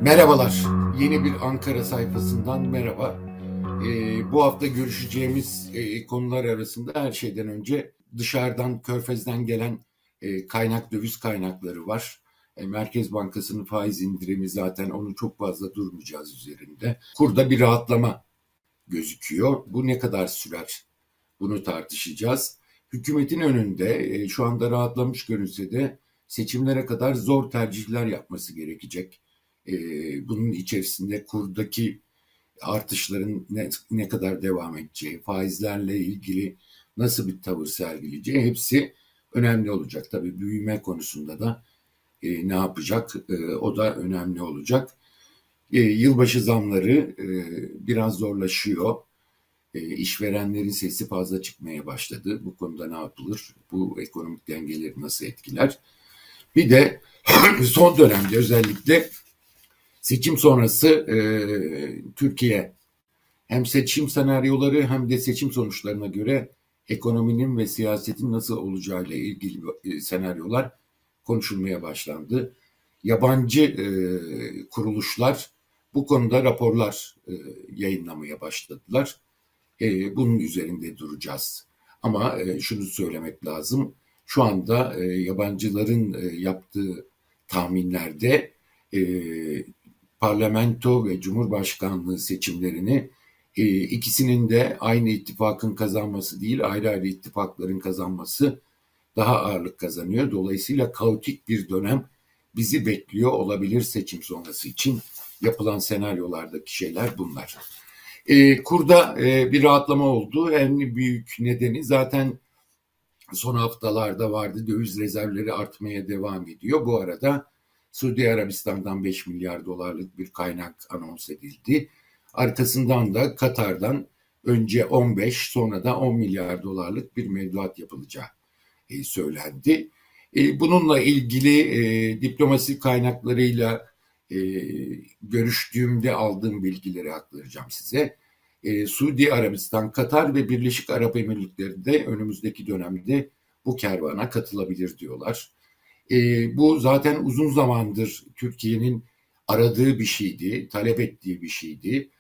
Merhabalar, yeni bir Ankara sayfasından merhaba. Bu hafta görüşeceğimiz konular arasında her şeyden önce dışarıdan, Körfez'den gelen döviz kaynakları var. Merkez Bankası'nın faiz indirimi zaten onu çok fazla durmayacağız üzerinde. Kurda bir rahatlama gözüküyor. Bu ne kadar sürer? Bunu tartışacağız. Hükümetin önünde şu anda rahatlamış görünse de seçimlere kadar zor tercihler yapması gerekecek. Bunun içerisinde kurdaki artışların ne kadar devam edeceği, faizlerle ilgili nasıl bir tavır sergileyeceği hepsi önemli olacak. Tabii büyüme konusunda da ne yapacak o da önemli olacak. Yılbaşı zamları biraz zorlaşıyor. İşverenlerin sesi fazla çıkmaya başladı. Bu konuda ne yapılır? Bu ekonomik dengeleri nasıl etkiler? Bir de son dönemde özellikle seçim sonrası Türkiye hem seçim senaryoları hem de seçim sonuçlarına göre ekonominin ve siyasetin nasıl olacağıyla ilgili senaryolar konuşulmaya başlandı. Yabancı kuruluşlar bu konuda raporlar yayınlamaya başladılar. Bunun üzerinde duracağız. Ama şunu söylemek lazım. Şu anda yabancıların yaptığı tahminlerde e, parlamento ve cumhurbaşkanlığı seçimlerini ikisinin de aynı ittifakın kazanması değil, ayrı ayrı ittifakların kazanması daha ağırlık kazanıyor. Dolayısıyla kaotik bir dönem bizi bekliyor olabilir seçim sonrası için. Yapılan senaryolardaki şeyler bunlar. Kurda bir rahatlama oldu. En büyük nedeni zaten son haftalarda vardı. Döviz rezervleri artmaya devam ediyor. Bu arada Suudi Arabistan'dan 5 milyar dolarlık bir kaynak anons edildi. Arkasından da Katar'dan önce 15 sonra da 10 milyar dolarlık bir mevduat yapılacağı söylendi. Bununla ilgili diplomasi kaynaklarıyla görüştüğümde aldığım bilgileri aktaracağım size. Suudi Arabistan, Katar ve Birleşik Arap Emirlikleri de önümüzdeki dönemde bu kervana katılabilir diyorlar. Bu zaten uzun zamandır Türkiye'nin aradığı bir şeydi, talep ettiği bir şeydi.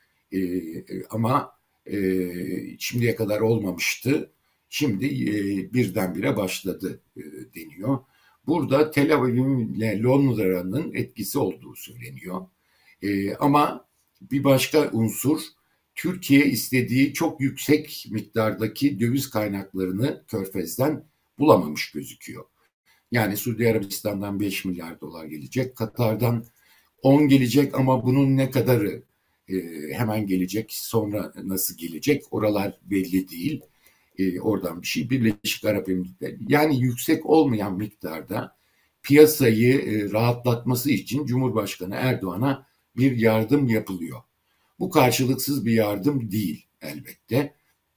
Ama şimdiye kadar olmamıştı. Şimdi birdenbire başladı deniyor. Burada Tel Aviv ile Londra'nın etkisi olduğu söyleniyor. Ama bir başka unsur, Türkiye istediği çok yüksek miktardaki döviz kaynaklarını Körfez'den bulamamış gözüküyor. Yani Suudi Arabistan'dan 5 milyar dolar gelecek, Katar'dan 10 gelecek ama bunun ne kadarı hemen gelecek, sonra nasıl gelecek oralar belli değil. Oradan bir şey. Birleşik Arap Emirlikleri. Yani yüksek olmayan miktarda piyasayı rahatlatması için Cumhurbaşkanı Erdoğan'a bir yardım yapılıyor. Bu karşılıksız bir yardım değil elbette.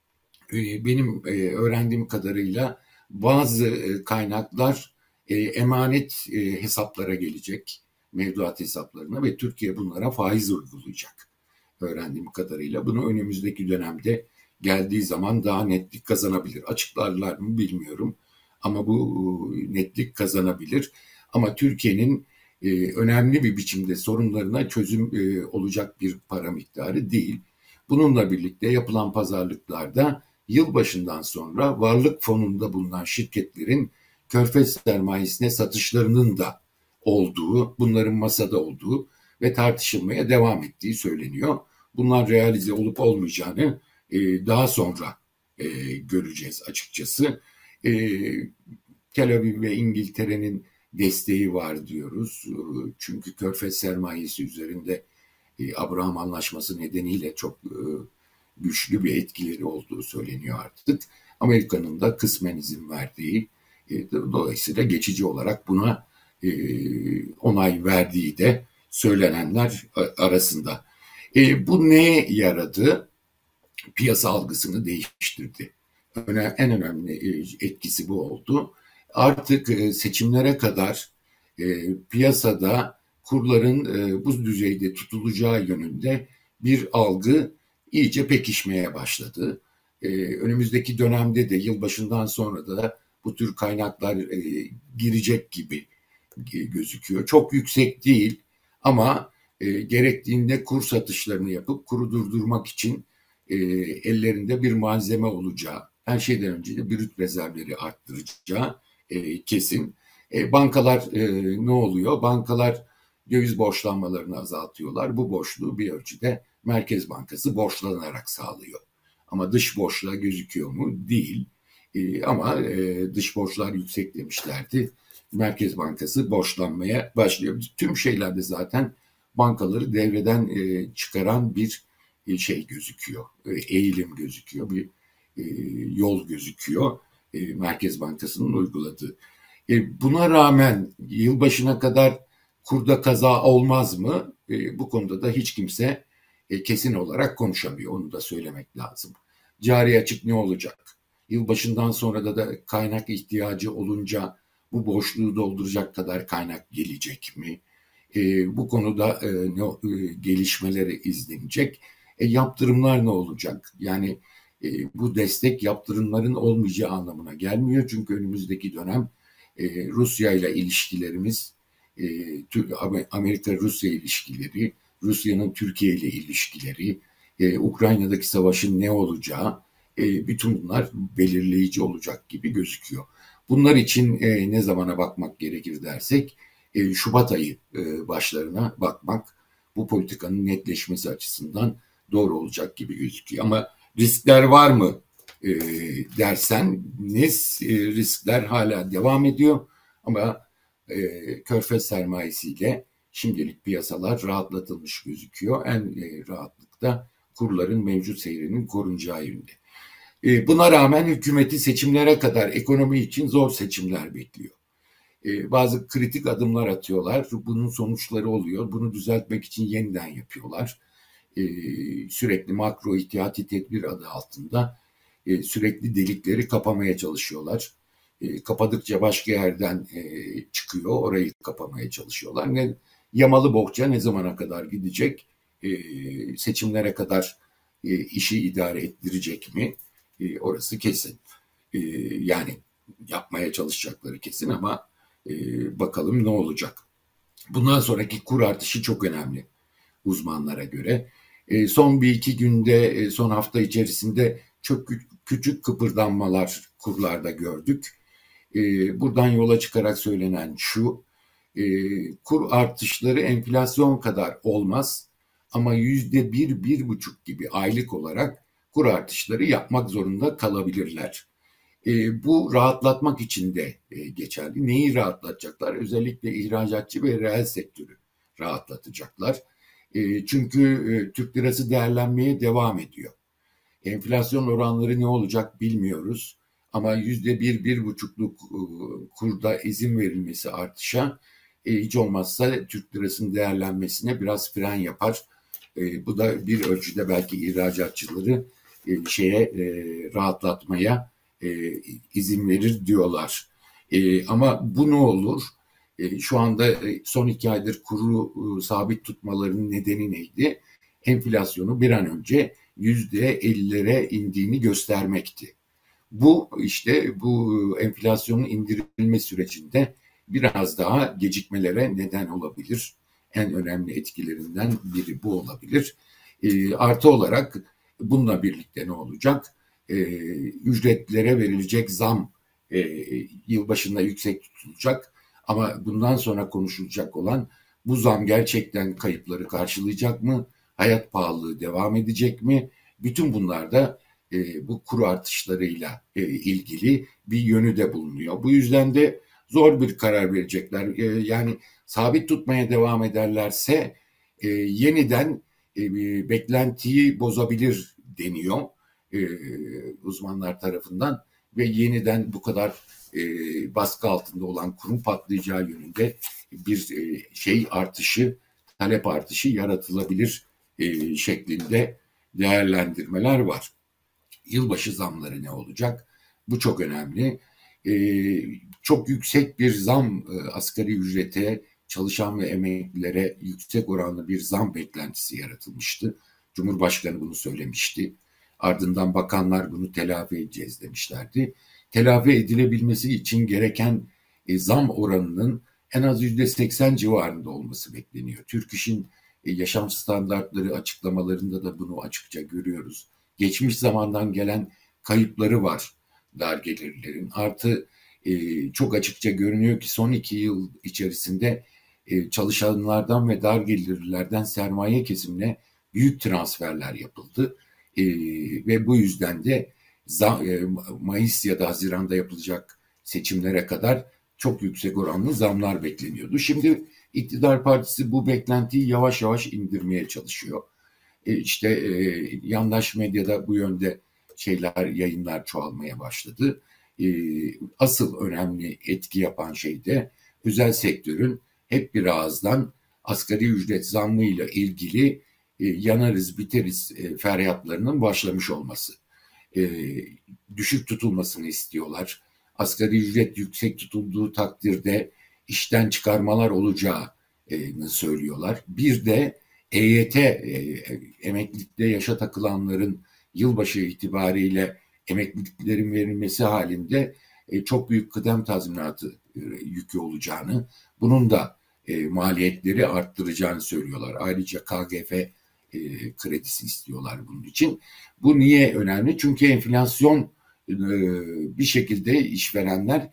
Benim öğrendiğim kadarıyla bazı kaynaklar emanet hesaplara gelecek, mevduat hesaplarına ve Türkiye bunlara faiz uygulayacak. Öğrendiğim kadarıyla bunu önümüzdeki dönemde geldiği zaman daha netlik kazanabilir. Açıklarlar mı bilmiyorum ama bu netlik kazanabilir. Ama Türkiye'nin önemli bir biçimde sorunlarına çözüm olacak bir para miktarı değil. Bununla birlikte yapılan pazarlıklarda yılbaşından sonra varlık fonunda bulunan şirketlerin Körfez sermayesine satışlarının da olduğu, bunların masada olduğu ve tartışılmaya devam ettiği söyleniyor. Bunlar realize olup olmayacağını daha sonra göreceğiz açıkçası. Tel Aviv ve İngiltere'nin desteği var diyoruz. Çünkü Körfez sermayesi üzerinde Abraham Anlaşması nedeniyle çok güçlü bir etkileri olduğu söyleniyor artık. Amerika'nın da kısmen izin verdiği, dolayısıyla geçici olarak buna onay verdiği de söylenenler arasında. Bu neye yaradı? Piyasa algısını değiştirdi. En önemli etkisi bu oldu. Artık seçimlere kadar piyasada kurların bu düzeyde tutulacağı yönünde bir algı iyice pekişmeye başladı. Önümüzdeki dönemde de yılbaşından sonra da bu tür kaynaklar girecek gibi gözüküyor. Çok yüksek değil ama gerektiğinde kur satışlarını yapıp kuru durdurmak için ellerinde bir malzeme olacağı, her şeyden önce de brüt rezervleri arttıracağı kesin. Bankalar ne oluyor? Bankalar döviz borçlanmalarını azaltıyorlar. Bu boşluğu bir ölçüde Merkez Bankası borçlanarak sağlıyor. Ama dış borçla gözüküyor mu? Değil. Ama dış borçlar yüksek demişlerdi. Merkez Bankası borçlanmaya başlıyor. Tüm şeylerde zaten bankaları devreden çıkaran bir şey gözüküyor. Eğilim gözüküyor. Bir yol gözüküyor. Merkez Bankası'nın uyguladığı. Buna rağmen yılbaşına kadar kurda kaza olmaz mı? Bu konuda da hiç kimse kesin olarak konuşamıyor. Onu da söylemek lazım. Cari açık ne olacak? Yılbaşından sonra da kaynak ihtiyacı olunca bu boşluğu dolduracak kadar kaynak gelecek mi? Bu konuda gelişmeleri izlenecek. Yaptırımlar ne olacak? Yani bu destek yaptırımların olmayacağı anlamına gelmiyor. Çünkü önümüzdeki dönem Rusya ile ilişkilerimiz, Amerika-Rusya ilişkileri, Rusya'nın Türkiye ile ilişkileri, Ukrayna'daki savaşın ne olacağı, bütün bunlar belirleyici olacak gibi gözüküyor. Bunlar için ne zamana bakmak gerekir dersek, Şubat ayı başlarına bakmak bu politikanın netleşmesi açısından doğru olacak gibi gözüküyor. Ama riskler var mı derseniz riskler hala devam ediyor. Ama Körfez sermayesiyle şimdilik piyasalar rahatlatılmış gözüküyor. En rahatlıkta kurların mevcut seyrinin korunacağı yönde. Buna rağmen hükümeti seçimlere kadar ekonomi için zor seçimler bekliyor. Bazı kritik adımlar atıyorlar. Bunun sonuçları oluyor. Bunu düzeltmek için yeniden yapıyorlar. Sürekli makro ihtiyati tedbir adı altında sürekli delikleri kapamaya çalışıyorlar. Kapadıkça başka yerden çıkıyor. Orayı kapamaya çalışıyorlar. Yamalı bohça ne zamana kadar gidecek? Seçimlere kadar işi idare ettirecek mi? Orası kesin. Yani yapmaya çalışacakları kesin ama bakalım ne olacak. Bundan sonraki kur artışı çok önemli uzmanlara göre. Son bir iki günde, son hafta içerisinde çok küçük kıpırdanmalar kurlarda gördük. Buradan yola çıkarak söylenen şu, kur artışları enflasyon kadar olmaz ama %1, 1,5 gibi aylık olarak kur artışları yapmak zorunda kalabilirler. Bu rahatlatmak için de geçerli. Neyi rahatlatacaklar? Özellikle ihracatçı ve reel sektörü rahatlatacaklar. Çünkü Türk lirası değerlenmeye devam ediyor. Enflasyon oranları ne olacak bilmiyoruz. Ama %1, 1,5'luk kurda izin verilmesi artışa hiç olmazsa Türk lirasının değerlenmesine biraz fren yapar. Bu da bir ölçüde belki ihracatçıları rahatlatmaya izin verir diyorlar. Ama bu ne olur? Şu anda son 2 aydır kuru sabit tutmalarının nedeni neydi? Enflasyonu bir an önce %50'lere indiğini göstermekti. Bu işte bu enflasyonun indirilme sürecinde biraz daha gecikmelere neden olabilir. En önemli etkilerinden biri bu olabilir. Artı olarak bununla birlikte ne olacak? Ücretlere verilecek zam yılbaşında yüksek tutulacak. Ama bundan sonra konuşulacak olan bu zam gerçekten kayıpları karşılayacak mı? Hayat pahalılığı devam edecek mi? Bütün bunlar da bu kur artışlarıyla ilgili bir yönü de bulunuyor. Bu yüzden de zor bir karar verecekler. Yani sabit tutmaya devam ederlerse yeniden beklentiyi bozabilir deniyor uzmanlar tarafından ve yeniden bu kadar baskı altında olan kurun patlayacağı yönünde bir talep artışı yaratılabilir şeklinde değerlendirmeler var. Yılbaşı zamları ne olacak? Bu çok önemli. Çok yüksek bir zam asgari ücrete, çalışan ve emeklilere yüksek oranlı bir zam beklentisi yaratılmıştı. Cumhurbaşkanı bunu söylemişti. Ardından bakanlar bunu telafi edeceğiz demişlerdi. Telafi edilebilmesi için gereken zam oranının en az %80 civarında olması bekleniyor. Türk İş'in yaşam standartları açıklamalarında da bunu açıkça görüyoruz. Geçmiş zamandan gelen kayıpları var dar gelirlerin. Artı çok açıkça görünüyor ki son 2 yıl içerisinde çalışanlardan ve dar gelirlilerden sermaye kesimine büyük transferler yapıldı. Ve bu yüzden de Mayıs ya da Haziran'da yapılacak seçimlere kadar çok yüksek oranlı zamlar bekleniyordu. Şimdi iktidar partisi bu beklentiyi yavaş yavaş indirmeye çalışıyor. İşte yandaş medyada bu yönde yayınlar çoğalmaya başladı. Asıl önemli etki yapan şey de özel sektörün hep bir ağızdan asgari ücret zammıyla ilgili yanarız biteriz feryatlarının başlamış olması. Düşük tutulmasını istiyorlar. Asgari ücret yüksek tutulduğu takdirde işten çıkarmalar olacağını söylüyorlar. Bir de EYT, emeklilikte yaşa takılanların yılbaşı itibariyle emekliliklerin verilmesi halinde çok büyük kıdem tazminatı yükü olacağını, bunun da maliyetleri arttıracağını söylüyorlar. Ayrıca KGF kredisi istiyorlar bunun için. Bu niye önemli? Çünkü enflasyon bir şekilde işverenler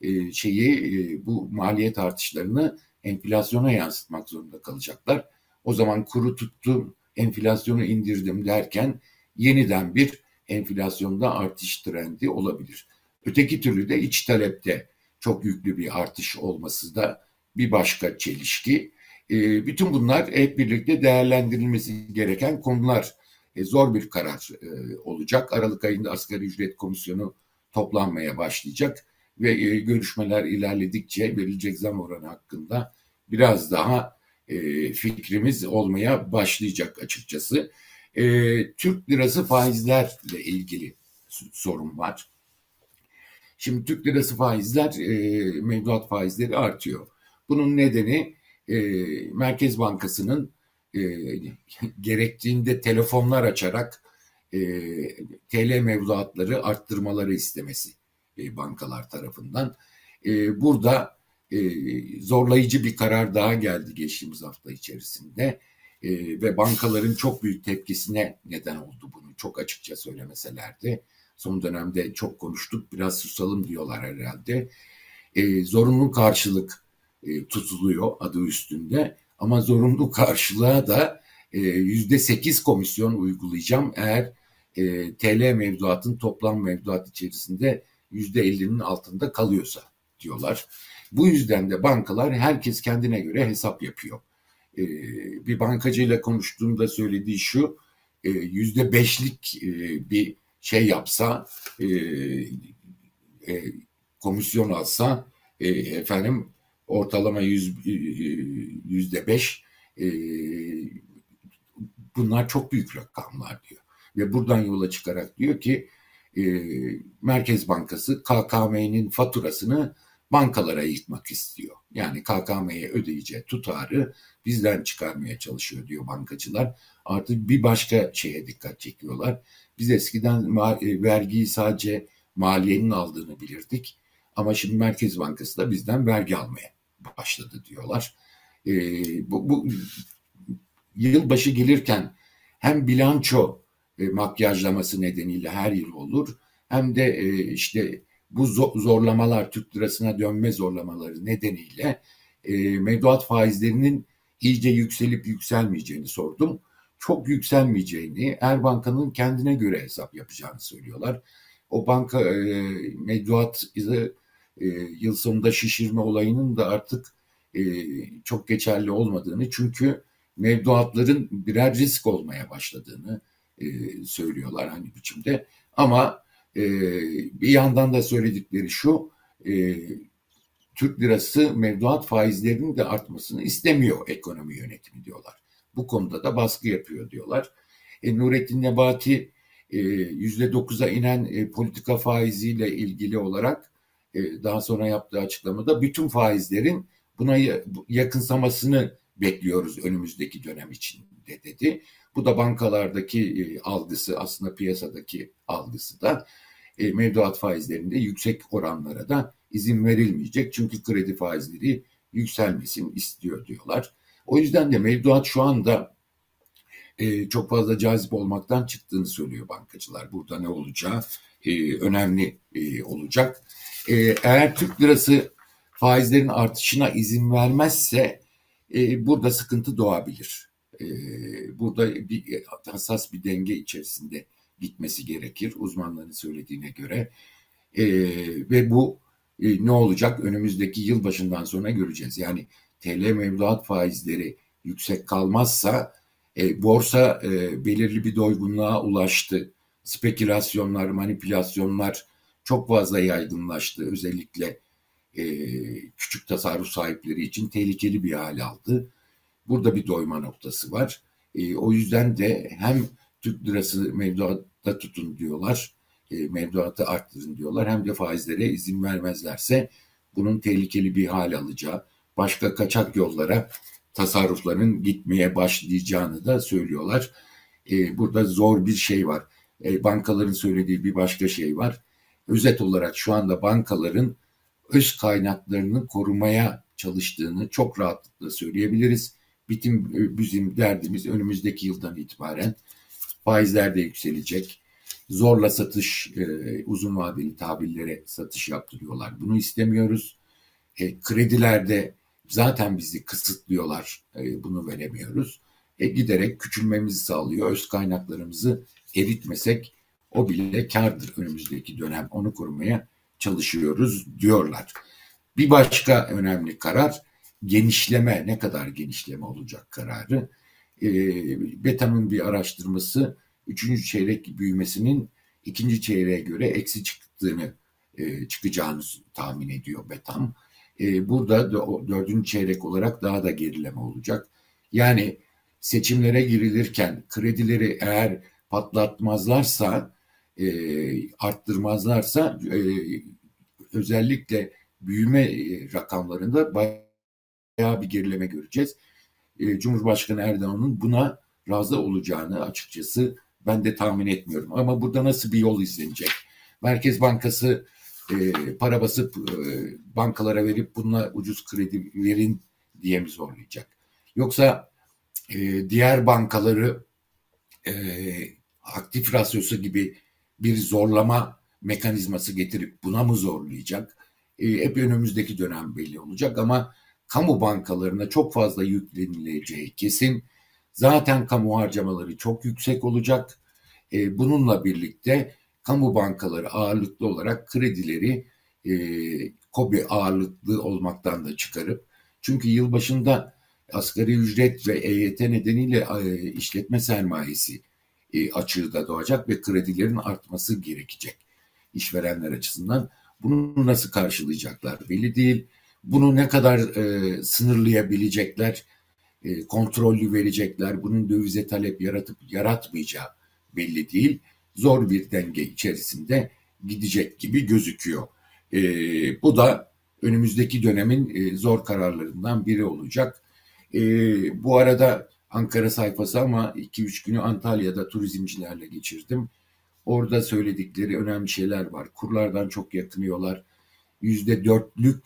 bu maliyet artışlarını enflasyona yansıtmak zorunda kalacaklar. O zaman kuru tuttum, enflasyonu indirdim derken yeniden bir enflasyonda artış trendi olabilir. Öteki türlü de iç talepte çok yüklü bir artış olması da bir başka çelişki. Bütün bunlar hep birlikte değerlendirilmesi gereken konular. Zor bir karar olacak. Aralık ayında Asgari Ücret Komisyonu toplanmaya başlayacak ve görüşmeler ilerledikçe verilecek zam oranı hakkında biraz daha fikrimiz olmaya başlayacak açıkçası. Türk lirası faizlerle ilgili sorun var. Şimdi Türk lirası faizler, mevduat faizleri artıyor. Bunun nedeni Merkez Bankası'nın gerektiğinde telefonlar açarak TL mevduatları arttırmaları istemesi bankalar tarafından. Burada zorlayıcı bir karar daha geldi geçtiğimiz hafta içerisinde ve bankaların çok büyük tepkisine neden oldu bunu çok açıkça söylemeseler de. Son dönemde çok konuştuk, biraz susalım diyorlar herhalde. Zorunlu karşılık tutuluyor adı üstünde ama zorunlu karşılığa da %8 komisyon uygulayacağım eğer TL mevduatın toplam mevduat içerisinde %50'nin altında kalıyorsa diyorlar. Bu yüzden de bankalar herkes kendine göre hesap yapıyor. Bir bankacıyla konuştuğumda söylediği şu, %5'lik bir yapsa, komisyon alsa, ortalama %5, bunlar çok büyük rakamlar diyor. Ve buradan yola çıkarak diyor ki Merkez Bankası KKM'nin faturasını bankalara yıkmak istiyor. Yani KKM'ye ödeyeceği tutarı bizden çıkarmaya çalışıyor diyor bankacılar. Artık bir başka şeye dikkat çekiyorlar. Biz eskiden vergiyi sadece maliyenin aldığını bilirdik. Ama şimdi Merkez Bankası da bizden vergi almaya başladı diyorlar. Bu yılbaşı gelirken hem bilanço makyajlaması nedeniyle her yıl olur hem de işte bu zorlamalar, Türk lirasına dönme zorlamaları nedeniyle mevduat faizlerinin iyice yükselip yükselmeyeceğini sordum. Çok yükselmeyeceğini, her bankanın kendine göre hesap yapacağını söylüyorlar. O banka mevduat yıl sonunda şişirme olayının da artık çok geçerli olmadığını, çünkü mevduatların birer risk olmaya başladığını söylüyorlar hani biçimde. Ama bir yandan da söyledikleri şu, Türk lirası mevduat faizlerinin de artmasını istemiyor ekonomi yönetimi diyorlar. Bu konuda da baskı yapıyor diyorlar. Nurettin Nebati %9'a inen politika faiziyle ilgili olarak daha sonra yaptığı açıklamada bütün faizlerin buna yakınsamasını bekliyoruz önümüzdeki dönem içinde dedi. Bu da bankalardaki algısı, aslında piyasadaki algısı da mevduat faizlerinde yüksek oranlara da izin verilmeyecek. Çünkü kredi faizleri yükselmesin istiyor diyorlar. O yüzden de mevduat şu anda çok fazla cazip olmaktan çıktığını söylüyor bankacılar. Burada ne olacağı önemli olacak. Eğer Türk lirası faizlerin artışına izin vermezse burada sıkıntı doğabilir. Burada hassas bir denge içerisinde gitmesi gerekir uzmanların söylediğine göre. Ve bu ne olacak? Önümüzdeki yıl başından sonra göreceğiz. Yani TL mevduat faizleri yüksek kalmazsa borsa belirli bir doygunluğa ulaştı. Spekülasyonlar, manipülasyonlar çok fazla yaygınlaştı. Özellikle e, küçük tasarruf sahipleri için tehlikeli bir hal aldı. Burada bir doyma noktası var. O yüzden de hem Türk lirası mevduatta tutun diyorlar, mevduatı arttırın diyorlar. Hem de faizlere izin vermezlerse bunun tehlikeli bir hal alacağı, başka kaçak yollara tasarrufların gitmeye başlayacağını da söylüyorlar. Burada zor bir şey var. Bankaların söylediği bir başka şey var. Özet olarak şu anda bankaların öz kaynaklarını korumaya çalıştığını çok rahatlıkla söyleyebiliriz. Bizim derdimiz önümüzdeki yıldan itibaren faizler de yükselecek. Zorla satış, uzun vadeli tahvillere satış yaptırıyorlar. Bunu istemiyoruz. Kredilerde zaten bizi kısıtlıyorlar. Bunu veremiyoruz. Giderek küçülmemizi sağlıyor. Öz kaynaklarımızı eritmesek o bile kârdır önümüzdeki dönem. Onu korumaya çalışıyoruz diyorlar. Bir başka önemli karar genişleme. Ne kadar genişleme olacak kararı? BETA'nın bir araştırması 3. çeyrek büyümesinin 2. çeyreğe göre eksi çıkacağını tahmin ediyor BETAM. Burada 4. çeyrek olarak daha da gerileme olacak. Yani seçimlere girilirken kredileri eğer patlatmazlarsa, arttırmazlarsa özellikle büyüme rakamlarında bayağı bir gerileme göreceğiz. Cumhurbaşkanı Erdoğan'ın buna razı olacağını açıkçası ben de tahmin etmiyorum. Ama burada nasıl bir yol izlenecek? Merkez Bankası para basıp bankalara verip bununla ucuz kredi verin diye mi zorlayacak? Yoksa diğer bankaları aktif rasyosu gibi bir zorlama mekanizması getirip buna mı zorlayacak? Hep önümüzdeki dönem belli olacak ama kamu bankalarına çok fazla yüklenileceği kesin. Zaten kamu harcamaları çok yüksek olacak. Bununla birlikte kamu bankaları ağırlıklı olarak kredileri KOBİ ağırlıklı olmaktan da çıkarıp, çünkü yılbaşında asgari ücret ve EYT nedeniyle işletme sermayesi açığı da doğacak ve kredilerin artması gerekecek işverenler açısından. Bunu nasıl karşılayacaklar belli değil. Bunu ne kadar sınırlayabilecekler, kontrollü verecekler, bunun dövize talep yaratıp yaratmayacağı belli değil. Zor bir denge içerisinde gidecek gibi gözüküyor. Bu da önümüzdeki dönemin zor kararlarından biri olacak. Bu arada Ankara sayfası ama 2-3 günü Antalya'da turizmcilerle geçirdim. Orada söyledikleri önemli şeyler var. Kurlardan çok yakınıyorlar. %4'lük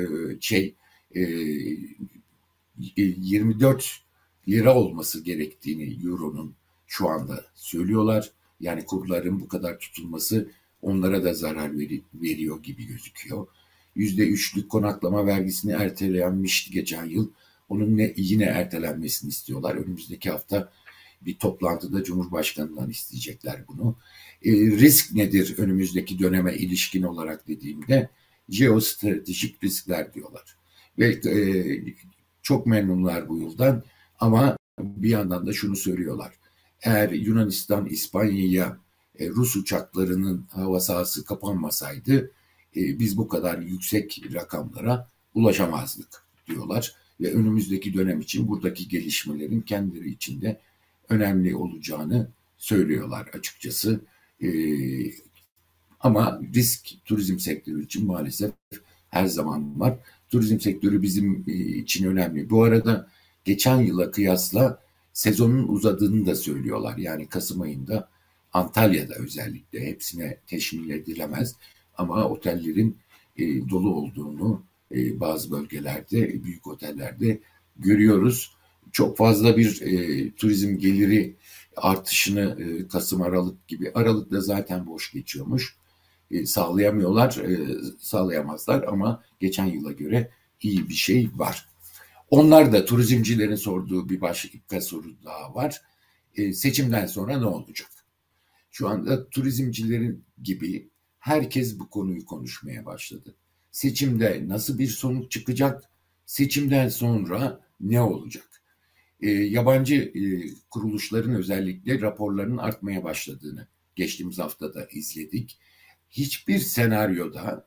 24 lira olması gerektiğini Euro'nun şu anda söylüyorlar. Yani kurların bu kadar tutulması onlara da zarar veriyor gibi gözüküyor. %3'lük konaklama vergisini ertelenmişti geçen yıl. Onun yine ertelenmesini istiyorlar. Önümüzdeki hafta bir toplantıda Cumhurbaşkanı'ndan isteyecekler bunu. Risk nedir önümüzdeki döneme ilişkin olarak dediğimde jeostratejik riskler diyorlar. Ve çok memnunlar bu yıldan ama bir yandan da şunu söylüyorlar. Eğer Yunanistan, İspanya'ya Rus uçaklarının hava sahası kapanmasaydı biz bu kadar yüksek rakamlara ulaşamazdık diyorlar. Ve önümüzdeki dönem için buradaki gelişmelerin kendileri içinde önemli olacağını söylüyorlar açıkçası. Ama risk turizm sektörü için maalesef her zaman var. Turizm sektörü bizim için önemli. Bu arada geçen yıla kıyasla sezonun uzadığını da söylüyorlar. Yani Kasım ayında Antalya'da özellikle hepsine teşmil edilemez ama otellerin dolu olduğunu bazı bölgelerde, büyük otellerde görüyoruz. çok fazla bir turizm geliri artışını Kasım Aralık gibi, Aralık'ta zaten boş geçiyormuş. Sağlayamıyorlar, sağlayamazlar ama geçen yıla göre iyi bir şey var. Onlar da turizmcilerin sorduğu bir başka soru daha var. Seçimden sonra ne olacak? Şu anda turizmcilerin gibi herkes bu konuyu konuşmaya başladı. Seçimde nasıl bir sonuç çıkacak? Seçimden sonra ne olacak? Yabancı kuruluşların özellikle raporlarının artmaya başladığını geçtiğimiz haftada izledik. Hiçbir senaryoda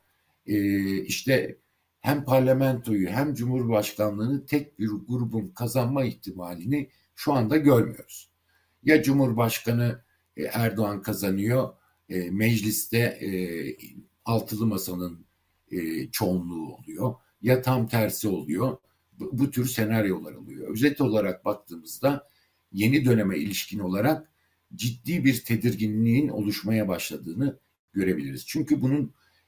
işte hem parlamentoyu hem cumhurbaşkanlığını tek bir grubun kazanma ihtimalini şu anda görmüyoruz. Ya Cumhurbaşkanı Erdoğan kazanıyor, mecliste altılı masanın çoğunluğu oluyor, ya tam tersi oluyor. Bu tür senaryolar oluyor. Özet olarak baktığımızda yeni döneme ilişkin olarak ciddi bir tedirginliğin oluşmaya başladığını görebiliriz. Çünkü bunun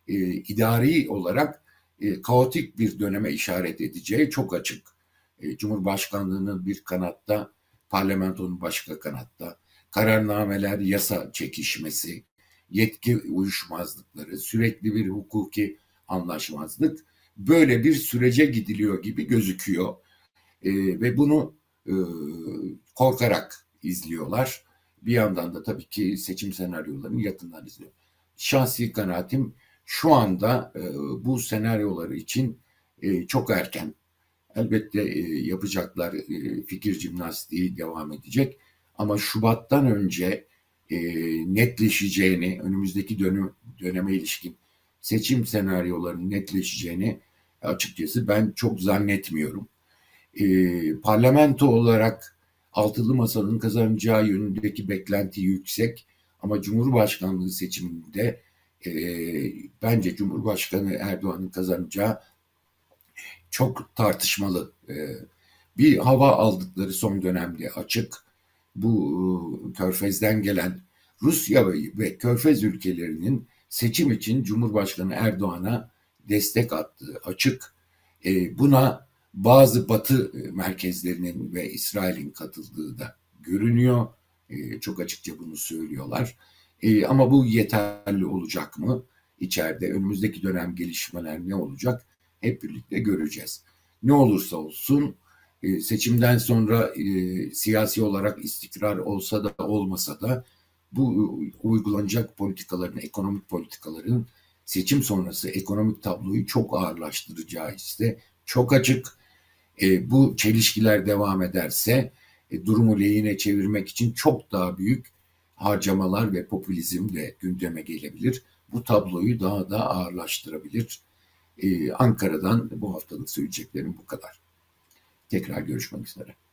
idari olarak kaotik bir döneme işaret edeceği çok açık. Cumhurbaşkanlığının bir kanatta, parlamentonun başka kanatta, kararnameler, yasa çekişmesi, yetki uyuşmazlıkları, sürekli bir hukuki anlaşmazlık, böyle bir sürece gidiliyor gibi gözüküyor. Ve bunu e, korkarak izliyorlar. Bir yandan da tabii ki seçim senaryolarını yakından izliyor. Şahsi kanaatim şu anda bu senaryoları için çok erken. Elbette yapacaklar, fikir jimnastiği devam edecek. Ama Şubat'tan önce netleşeceğini, önümüzdeki döneme ilişkin seçim senaryolarının netleşeceğini açıkçası ben çok zannetmiyorum. Parlamento olarak altılı masanın kazanacağı yönündeki beklenti yüksek ama Cumhurbaşkanlığı seçiminde e, bence Cumhurbaşkanı Erdoğan'ın kazanacağı çok tartışmalı. Bir hava aldıkları son dönemde açık. Bu Körfez'den gelen Rusya ve Körfez ülkelerinin seçim için Cumhurbaşkanı Erdoğan'a destek attığı açık. Buna bazı Batı merkezlerinin ve İsrail'in katıldığı da görünüyor. Çok açıkça bunu söylüyorlar. Ama bu yeterli olacak mı? İçeride önümüzdeki dönem gelişmeler ne olacak? Hep birlikte göreceğiz. Ne olursa olsun seçimden sonra siyasi olarak istikrar olsa da olmasa da bu uygulanacak politikaların, ekonomik politikaların seçim sonrası ekonomik tabloyu çok ağırlaştıracağı ise çok açık. Bu çelişkiler devam ederse durumu lehine çevirmek için çok daha büyük harcamalar ve popülizm de gündeme gelebilir. Bu tabloyu daha da ağırlaştırabilir. Ankara'dan bu haftalık söyleyeceklerim bu kadar. Tekrar görüşmek üzere.